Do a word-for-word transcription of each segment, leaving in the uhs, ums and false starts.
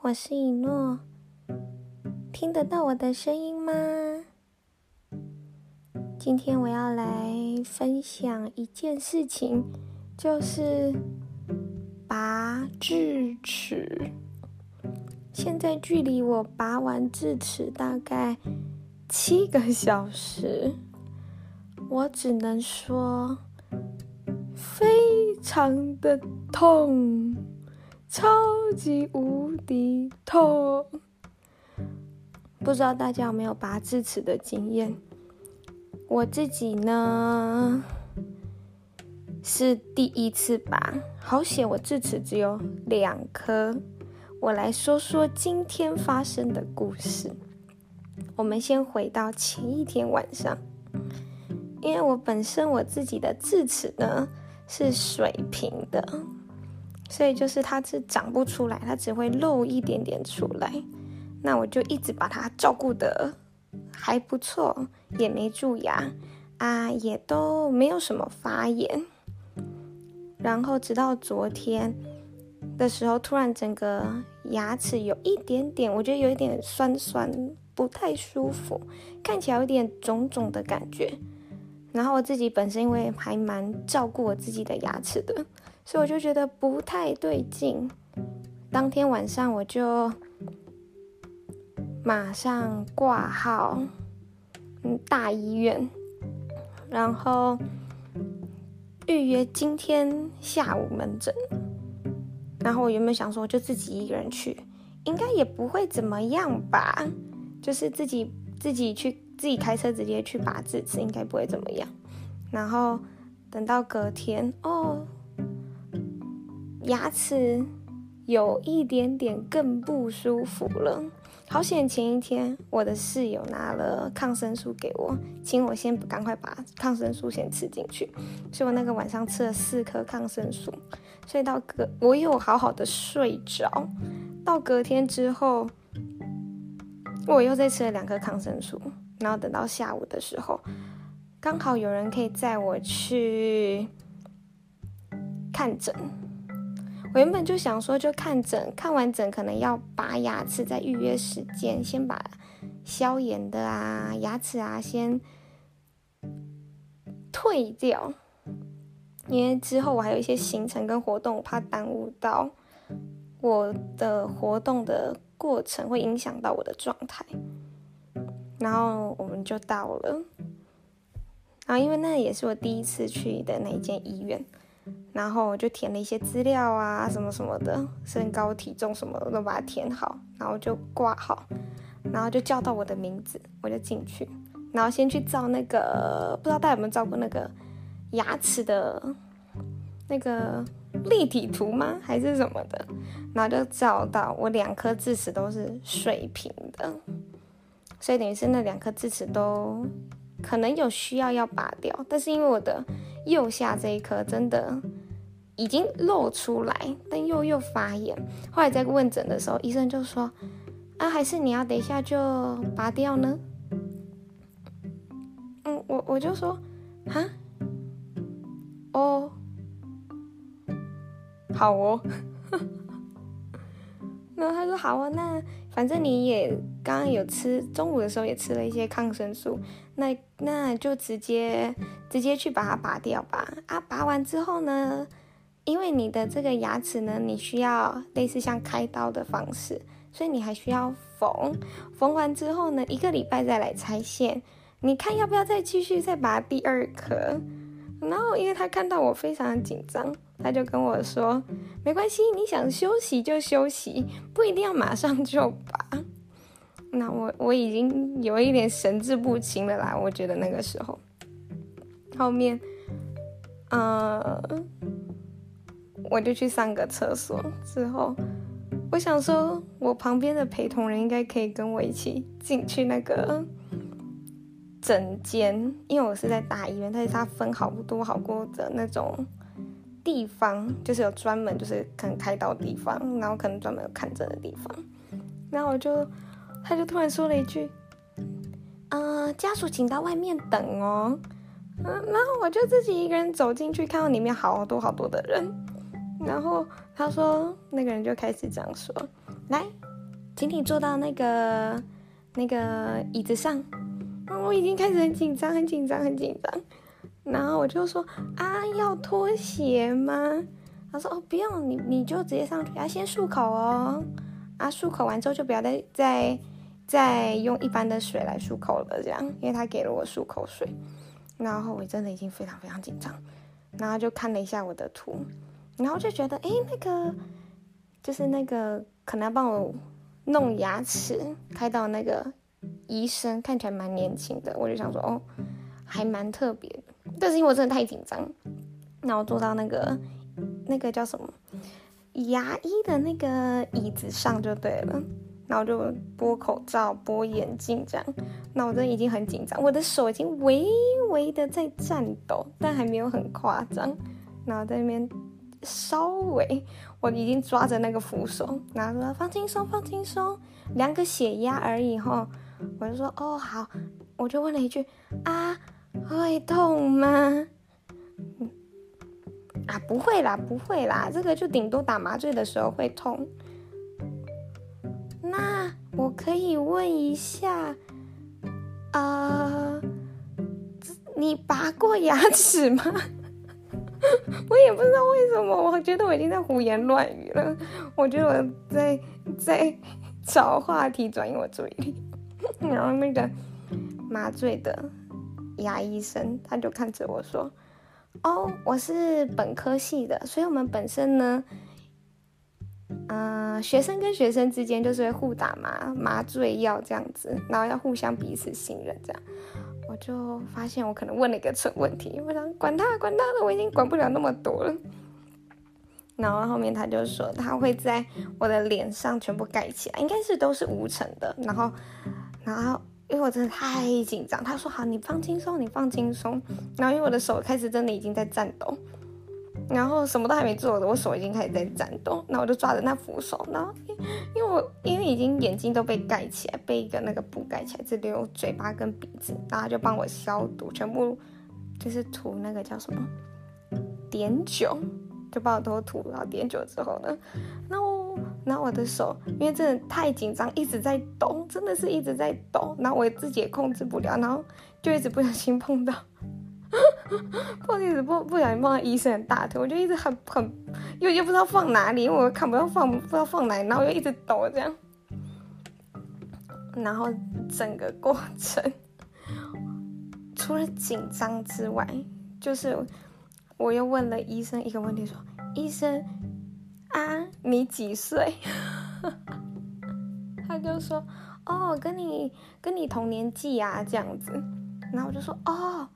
我是以诺，听得到我的声音吗？今天我要来分享一件事情，就是拔智齿。现在距离我拔完智齿大概七个小时，我只能说非常的痛，超级无敌痛。不知道大家有没有拔智齿的经验？我自己呢是第一次拔，好险我智齿只有两颗。我来说说今天发生的故事。我们先回到前一天晚上，因为我本身我自己的智齿呢是水平的，所以就是它是长不出来，它只会露一点点出来。那我就一直把它照顾得还不错，也没蛀牙啊，也都没有什么发炎。然后直到昨天的时候，突然整个牙齿有一点点，我觉得有一点酸酸，不太舒服，看起来有点肿肿的感觉。然后我自己本身因为还蛮照顾我自己的牙齿的，所以我就觉得不太对劲。当天晚上我就马上挂号，嗯，大医院，然后预约今天下午门诊。然后我原本想说，我就自己一个人去，应该也不会怎么样吧，就是自己自己去自己开车直接去拔智齿，应该不会怎么样。然后等到隔天，哦，牙齿有一点点更不舒服了。好险前一天我的室友拿了抗生素给我，请我先赶快把抗生素先吃进去，所以我那个晚上吃了四颗抗生素，所以到隔我有好好的睡着。到隔天之后，我又再吃了两颗抗生素，然后等到下午的时候，刚好有人可以载我去看诊。我原本就想说就看诊，看完诊可能要拔牙齿，再预约时间，先把消炎的啊牙齿啊先退掉，因为之后我还有一些行程跟活动，我怕耽误到我的活动的过程，会影响到我的状态。然后我们就到了，然后因为那也是我第一次去的那一间医院，然后我就填了一些资料啊什么什么的，身高体重什么的都把它填好，然后就挂号，然后就叫到我的名字，我就进去，然后先去照那个，不知道大家有没有照过那个牙齿的那个立体图吗还是什么的，然后就照到我两颗智齿都是水平的，所以等于是那两颗智齿都可能有需要要拔掉，但是因为我的右下这一颗真的已经露出来，但又又发炎。后来在问诊的时候，医生就说啊，还是你要等一下就拔掉呢？嗯，我我就说哈，哦，好哦。然后他说好啊，那反正你也刚刚有吃，中午的时候也吃了一些抗生素，那那就直接直接去把它拔掉吧。啊，拔完之后呢，因为你的这个牙齿呢，你需要类似像开刀的方式，所以你还需要缝。缝完之后呢，一个礼拜再来拆线，你看要不要再继续再拔第二颗？然后因为他看到我非常的紧张，他就跟我说没关系，你想休息就休息，不一定要马上就拔。那我我已经有一点神志不清了啦，我觉得那个时候后面呃我就去上个厕所之后，我想说我旁边的陪同人应该可以跟我一起进去那个诊间，因为我是在大医院，但是它分好多好多的那种地方，就是有专门就是可能开刀的地方，然后可能专门有看诊的地方。然后我就他就突然说了一句呃家属请到外面等哦。嗯，然后我就自己一个人走进去，看到里面好多好多的人，然后他说那个人就开始讲说，来请你坐到那个那个椅子上。我已经开始很紧张，很紧张，很紧张。然后我就说啊，要脱鞋吗？他说哦，不用，你你就直接上去，要、啊、先漱口哦。啊，漱口完之后就不要再再再用一般的水来漱口了，这样，因为他给了我漱口水。然后我真的已经非常非常紧张，然后就看了一下我的图，然后就觉得哎，那个就是那个可能要帮我弄牙齿开到那个医生看起来蛮年轻的，我就想说哦，还蛮特别的。但是因为我真的太紧张，然后坐到那个那个叫什么牙医的那个椅子上就对了，然后就拨口罩拨眼镜这样。那我真的已经很紧张，我的手已经微微的在颤抖，但还没有很夸张。然后在那边稍微我已经抓着那个扶手，然后说放轻松放轻松，量个血压而已齁。我就说哦好，我就问了一句啊，会痛吗？嗯啊不会啦不会啦，这个就顶多打麻醉的时候会痛。那我可以问一下，呃，你拔过牙齿吗？我也不知道为什么，我觉得我已经在胡言乱语了。我觉得我在在找话题转移我注意力。然后那个麻醉的牙医生他就看着我说：“哦，我是本科系的，所以我们本身呢。”呃，学生跟学生之间就是会互打麻麻醉药这样子，然后要互相彼此信任这样。我就发现我可能问了一个蠢问题，我想管他管他的，我已经管不了那么多了。然后后面他就说他会在我的脸上全部盖起来，应该是都是无尘的。然后，然后因为我真的太紧张，他说好，你放轻松，你放轻松。然后因为我的手开始真的已经在颤抖。然后什么都还没做的，我手已经开始在颤抖，然后我就抓着那扶手，然后因为我因为已经眼睛都被盖起来，被一个那个布盖起来，只留嘴巴跟鼻子，然后他就帮我消毒，全部就是涂那个叫什么碘酒，就帮我都涂，然后碘酒之后呢，然后然后我的手因为真的太紧张，一直在抖，真的是一直在抖，然后我自己也控制不了，然后就一直不小心碰到。不好意思，不不小心碰到医生的大腿，我就一直很很又又不知道放哪里，因为我看不到放不知道放哪里，然后我就一直抖这样。然后整个过程除了紧张之外，就是我又问了医生一个问题说，医生啊你几岁？他就说哦跟你跟你同年纪啊这样子。然后我就说哦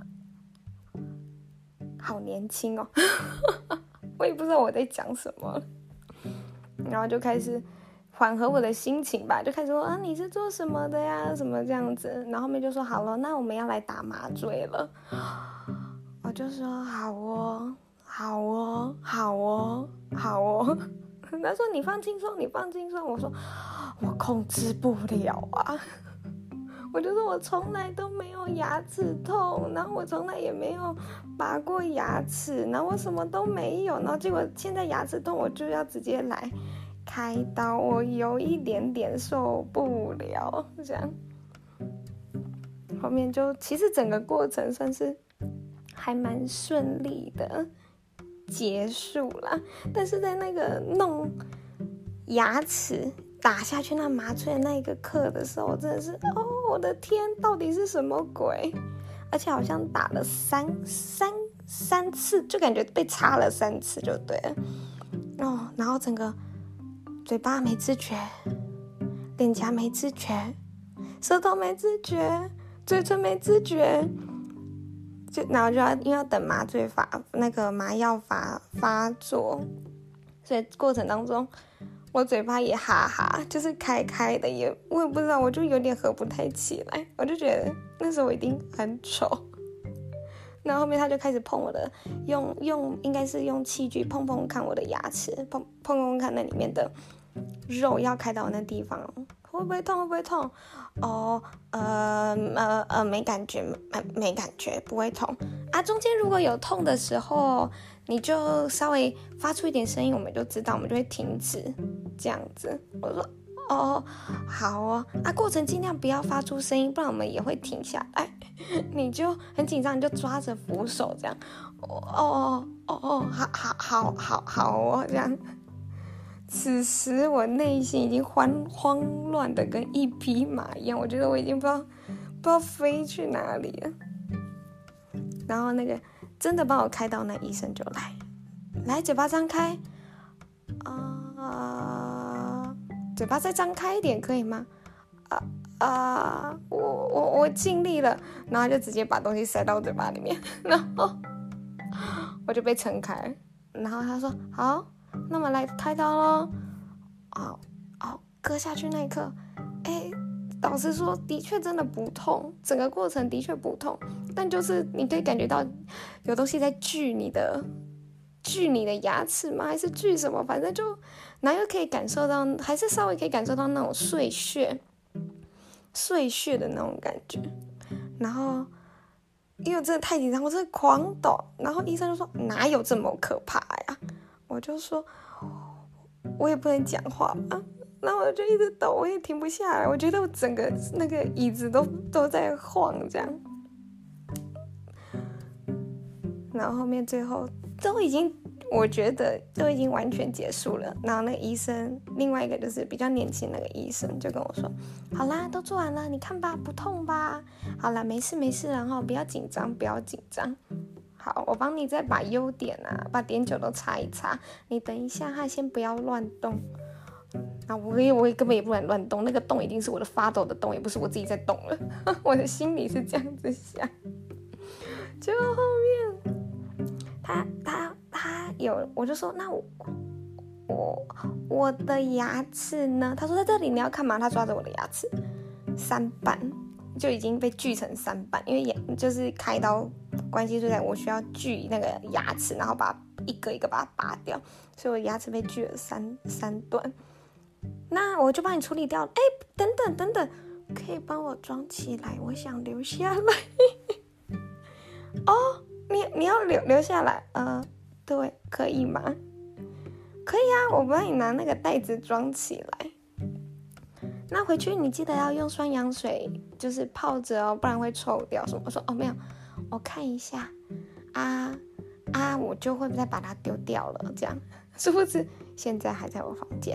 好年轻哦。我也不知道我在讲什么，然后就开始缓和我的心情吧，就开始说啊你是做什么的呀什么这样子，然后后面就说好了，那我们要来打麻醉了。我就说好哦好哦好哦好哦。他说你放轻松你放轻松，我说我控制不了啊。我就说我从来都没有牙齿痛，然后我从来也没有拔过牙齿，然后我什么都没有，然后结果现在牙齿痛，我就要直接来开刀，我有一点点受不了，这样。后面就其实整个过程算是还蛮顺利的结束啦，但是在那个弄牙齿打下去那麻醉的那一个刻的时候，我真的是哦，我的天，到底是什么鬼？而且好像打了三三三次，就感觉被插了三次就对了。哦，然后整个嘴巴没知觉，脸颊没知觉，舌头没知觉，嘴唇没知觉，就然后就要因为要等麻醉发那个麻药发发作，所以过程当中。我嘴巴也哈哈，就是开开的，也我也不知道，我就有点合不太起来，我就觉得那时候我一定很丑。然后后面他就开始碰我的，用用应该是用器具碰碰看我的牙齿，碰碰碰看那里面的肉要开到那地方，会不会痛？会不会痛？哦，呃呃呃，没感觉，没没感觉，不会痛啊。中间如果有痛的时候，你就稍微发出一点声音，我们就知道，我们就会停止这样子。我说哦，好哦，啊，过程尽量不要发出声音，不然我们也会停下来。你就很紧张，你就抓着扶手这样，哦哦哦哦，好好好好好哦，这样。此时我内心已经慌慌乱的跟一匹马一样，我觉得我已经不知道不知道飞去哪里了。然后那个真的帮我开刀那医生就来，来嘴巴张开，啊、呃，嘴巴再张开一点可以吗？啊、呃、啊，我我我尽力了，然后就直接把东西塞到嘴巴里面，然后我就被撑开，然后他说好，那么来开刀咯。哦哦，割下去那一刻，哎，老实说，的确真的不痛，整个过程的确不痛，但就是你可以感觉到有东西在锯你的，锯你的牙齿吗？还是锯什么？反正就，然后又可以感受到，还是稍微可以感受到那种碎屑，碎屑的那种感觉。然后，因为我真的太紧张，我真的狂抖。然后医生就说：“哪有这么可怕呀？”我就说。我也不能讲话嘛，然后我就一直抖，我也停不下来。我觉得我整个那个椅子都都在晃，这样。然后后面最后都已经，我觉得都已经完全结束了。然后那个医生，另外一个就是比较年轻那个医生就跟我说：“好啦，都做完了，你看吧，不痛吧？好啦，没事没事，然后不要紧张，不要紧张。”好，我帮你再把优点啊，把碘酒都擦一擦。你等一下，哈，先不要乱动。啊，我也我也根本也不敢乱动，那个动已经是我的发抖的动，也不是我自己在动了。我的心里是这样子想。结果后面，他他他有，我就说那我我我的牙齿呢？他说在这里你要看嘛？他抓着我的牙齿，三瓣就已经被锯成三瓣，因为也就是开刀。关系就在我需要锯那个牙齿，然后把一个一个把它拔掉，所以我牙齿被锯了三三段。那我就帮你处理掉。哎，等等等等，可以帮我装起来？我想留下来。哦，你你要留留下来？呃，对，可以吗？可以啊，我帮你拿那个袋子装起来。那回去你记得要用双氧水，就是泡着哦，不然会臭掉什么。我说哦没有。我看一下，啊啊，我就会再把它丢掉了，这样是不是？现在还在我房间。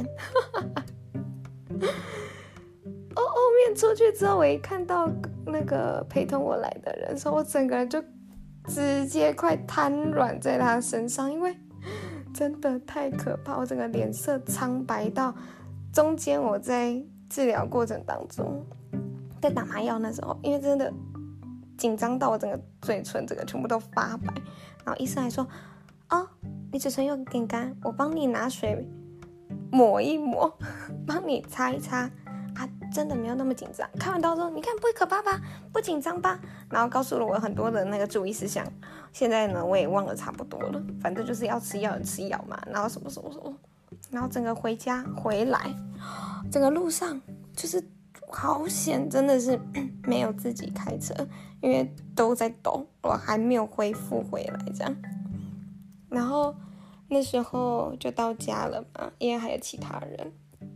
哦，后面出去之后，我一看到那个陪同我来的人，说我整个人就直接快瘫软在他身上，因为真的太可怕，我整个脸色苍白到中间我在治疗过程当中，在打麻药那时候，因为真的。紧张到我整个嘴唇整个全部都发白，然后医生还说：“哦，你嘴唇有点干，我帮你拿水抹一抹，帮你擦一擦啊，真的没有那么紧张。”开完刀之后，你看不会可怕吧？不紧张吧？然后告诉了我很多的那个注意事项。现在呢，我也忘了差不多了，反正就是要吃药吃药嘛，然后什么什么什么，然后整个回家回来，整个路上就是。好险，真的是没有自己开车，因为都在抖，我还没有恢复回来这样。然后那时候就到家了嘛，因为还有其他人，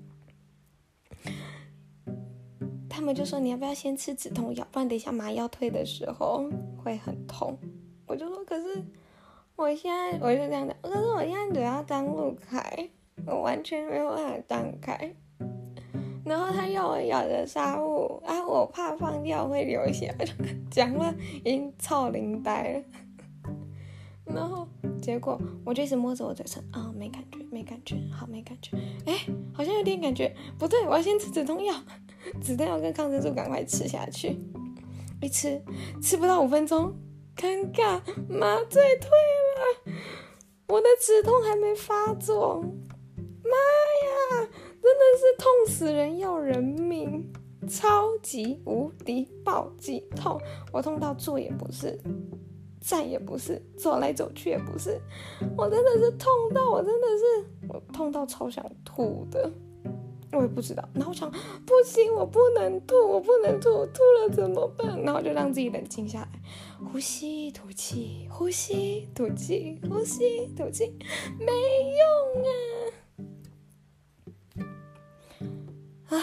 他们就说你要不要先吃止痛药，不然等一下麻药退的时候会很痛。我就说可是我现在我就这样讲，可是我现在嘴要张不开，我完全没有办法张开。然后他要我咬着纱布啊，我怕放掉会流血，讲话已经超灵呆了。然后结果我就一直摸着我嘴唇啊、哦，没感觉，没感觉，好，没感觉，哎，好像有点感觉，不对，我要先吃止痛药，止痛药跟抗生素赶快吃下去。一吃吃不到五分钟，尴尬，麻醉退了，我的止痛还没发作，妈呀！真的是痛死人要人命，超级无敌暴击痛，我痛到坐也不是，站也不是，走来走去也不是，我真的是痛到我真的是我痛到超想吐的，我也不知道。然后我想不行，我不能吐，我不能吐，吐了怎么办？然后就让自己冷静下来，呼吸吐气，呼吸吐气，呼吸吐气，没用啊！啊，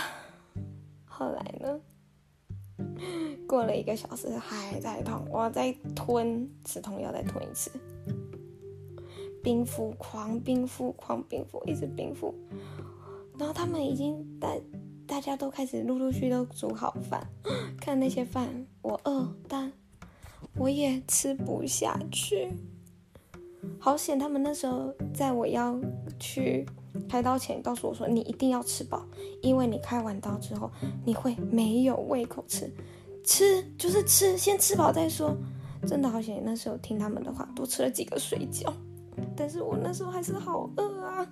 后来呢，过了一个小时还在痛，我要再吞止痛药，再吞一次，冰敷，狂冰敷，狂冰敷，一直冰敷。然后他们已经大大家都开始陆陆续续都煮好饭，看那些饭，我饿，但我也吃不下去。好险，他们那时候在我要去开刀前告诉我说，你一定要吃饱，因为你开完刀之后你会没有胃口吃，吃就是吃，先吃饱再说。真的好险，那时候听他们的话，多吃了几个水饺。但是我那时候还是好饿啊，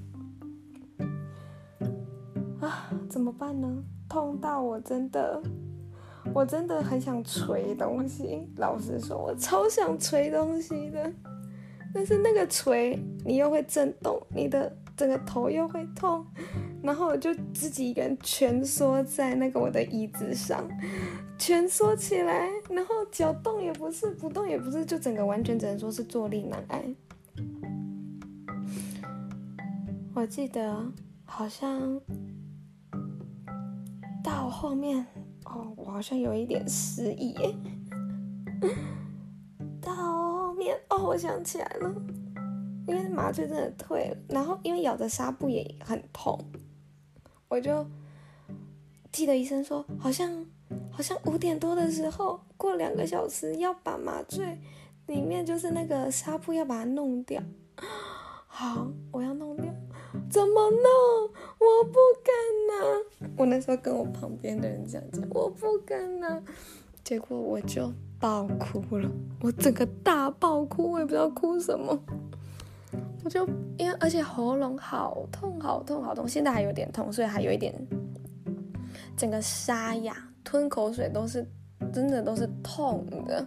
啊，怎么办呢？痛到我真的，我真的很想捶东西。老实说，我超想捶东西的。但是那个捶你又会震动，你的整个头又会痛，然后我就自己一个人蜷缩在那个我的椅子上，蜷缩起来，然后脚动也不是，不动也不是，就整个完全只能说是坐立难安。我记得好像到后面哦，我好像有一点失忆耶。到后面哦，我想起来了，因为麻醉真的退了，然后因为咬着纱布也很痛，我就记得医生说，好像好像五点多的时候，过两个小时要把麻醉里面就是那个纱布要把它弄掉。好，我要弄掉，怎么弄？我不敢拿。我那时候跟我旁边的人这样讲，我不敢拿。结果我就爆哭了，我整个大爆哭，我也不知道哭什么。我就因为而且喉咙好痛好痛好痛，现在还有点痛，所以还有一点整个沙哑，吞口水都是真的都是痛的。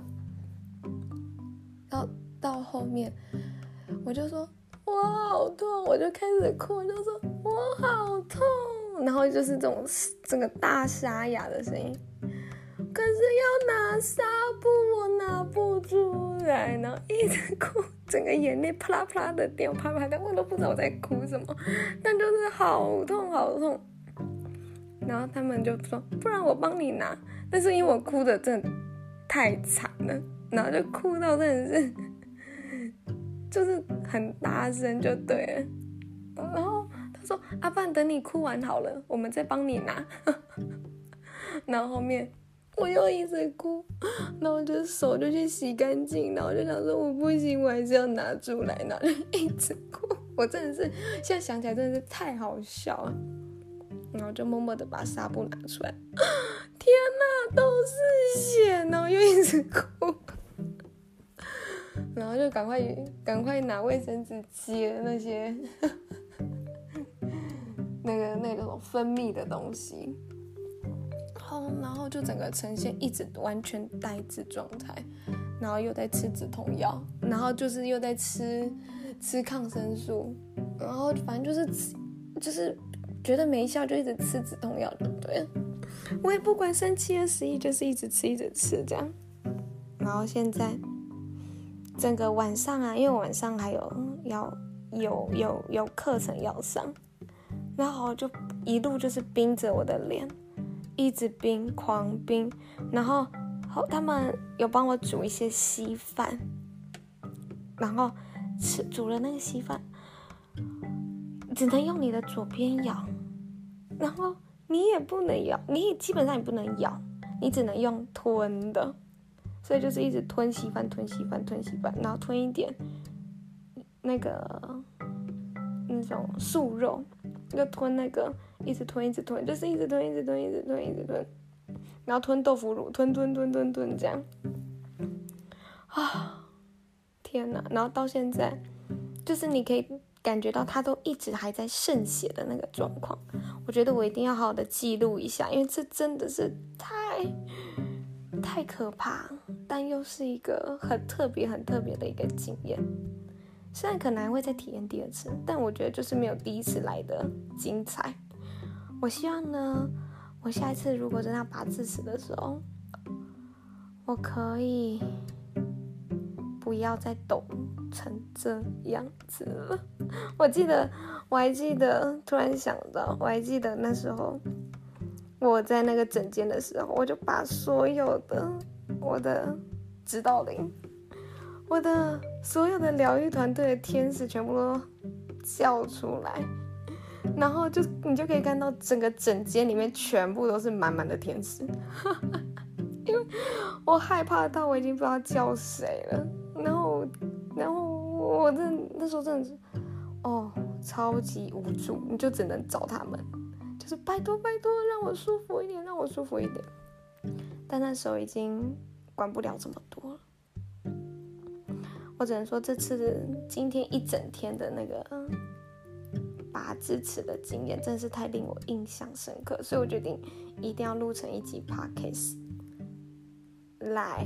到到后面我就说我好痛，我就开始哭，我就说我好痛，然后就是这种整个大沙哑的声音。可是要拿纱布，我拿不出来，然后一直哭，整个眼泪啪啦啪啦的掉，啪啪的，我都不知道我在哭什么，但就是好痛好痛。然后他们就说，不然我帮你拿，但是因为我哭的真的太惨了，然后就哭到真的是，就是很大声就对了。然后他说，阿爸，等你哭完好了，我们再帮你拿。然后后面。我又一直哭，然后我就手就去洗干净，然后我就想说我不行，我还是要拿出来，然后就一直哭。我真的是现在想起来真的是太好笑了，然后就默默的把纱布拿出来，天哪，都是血，然后又一直哭，然后就赶快赶快拿卫生纸接那些那个那种分泌的东西。然后就整个呈现一直完全呆滞状态，然后又在吃止痛药，然后就是又在吃吃抗生素，然后反正就是就是觉得没效就一直吃止痛药就对了。我也不管三七二十一，就是一直吃一直吃这样。然后现在整个晚上啊，因为我晚上还有要有有有课程要上，然后我就一路就是冰着我的脸。一直冰，狂冰，然后他们有帮我煮一些稀饭，然后吃煮了那个稀饭，只能用你的左边咬，然后你也不能咬，你也基本上也不能咬，你只能用吞的，所以就是一直吞稀饭，吞稀饭，吞稀饭，然后吞一点那个那种素肉，就吞那个。一直吞，一直吞，就是一直吞，一直吞，一直吞，一直吞，然后吞豆腐乳，吞吞吞吞吞这样，啊，天哪！然后到现在，就是你可以感觉到它都一直还在渗血的那个状况。我觉得我一定要好好的记录一下，因为这真的是太太可怕，但又是一个很特别、很特别的一个经验。虽然可能还会再体验第二次，但我觉得就是没有第一次来的精彩。我希望呢，我下一次如果真的要拔智齿的时候，我可以不要再抖成这样子了。我记得，我还记得，突然想到，我还记得那时候我在那个诊间的时候，我就把所有的我的指导灵，我的所有的疗愈团队的天使全部都叫出来，然后就你就可以看到整个诊间里面全部都是满满的天使，因为我害怕到我已经不知道叫谁了，然后然后我真的那时候真的是哦超级无助，你就只能找他们。就是拜托拜托，让我舒服一点，让我舒服一点。但那时候已经管不了这么多了。我只能说，这次今天一整天的那个拔智齿的经验，真是太令我印象深刻，所以我决定一定要录成一集 podcast 来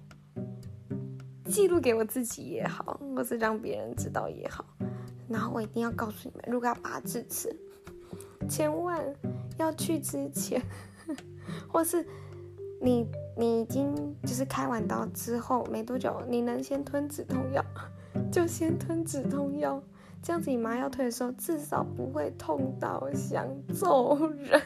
记录给我自己也好，或是让别人知道也好。然后我一定要告诉你们，如果要拔智齿，千万要去之前，或是你你已经就是开完刀之后没多久，你能先吞止痛药，就先吞止痛药，这样子你麻药退的时候，至少不会痛到想揍人。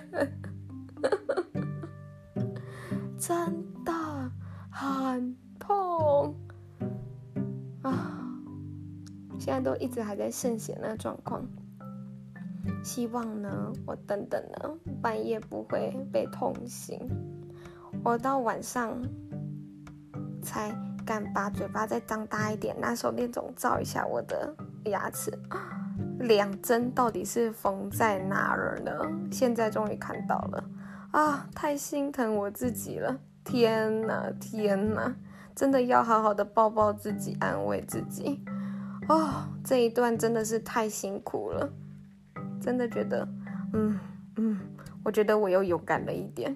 真的很痛啊！现在都一直还在渗血那状况。希望呢，我等等呢，半夜不会被痛醒。我到晚上才敢把嘴巴再张大一点，拿手电筒照一下我的牙齿，两针到底是缝在哪儿呢？现在终于看到了啊！太心疼我自己了，天哪，天哪，真的要好好的抱抱自己，安慰自己。哦，这一段真的是太辛苦了。真的觉得，嗯嗯，我觉得我又勇敢了一点。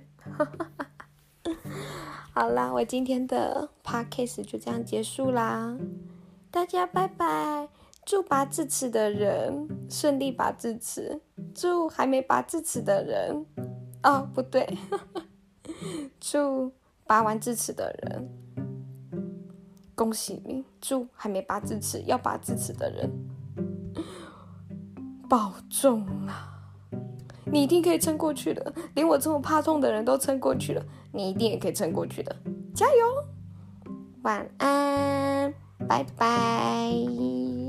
好啦，我今天的 podcast 就这样结束啦，大家拜拜！祝拔智齿的人顺利拔智齿，祝还没拔智齿的人，哦不对，祝拔完智齿的人，恭喜你！祝还没拔智齿要拔智齿的人。保重啊！你一定可以撑过去的，连我这么怕痛的人都撑过去了，你一定也可以撑过去的，加油！晚安，拜拜。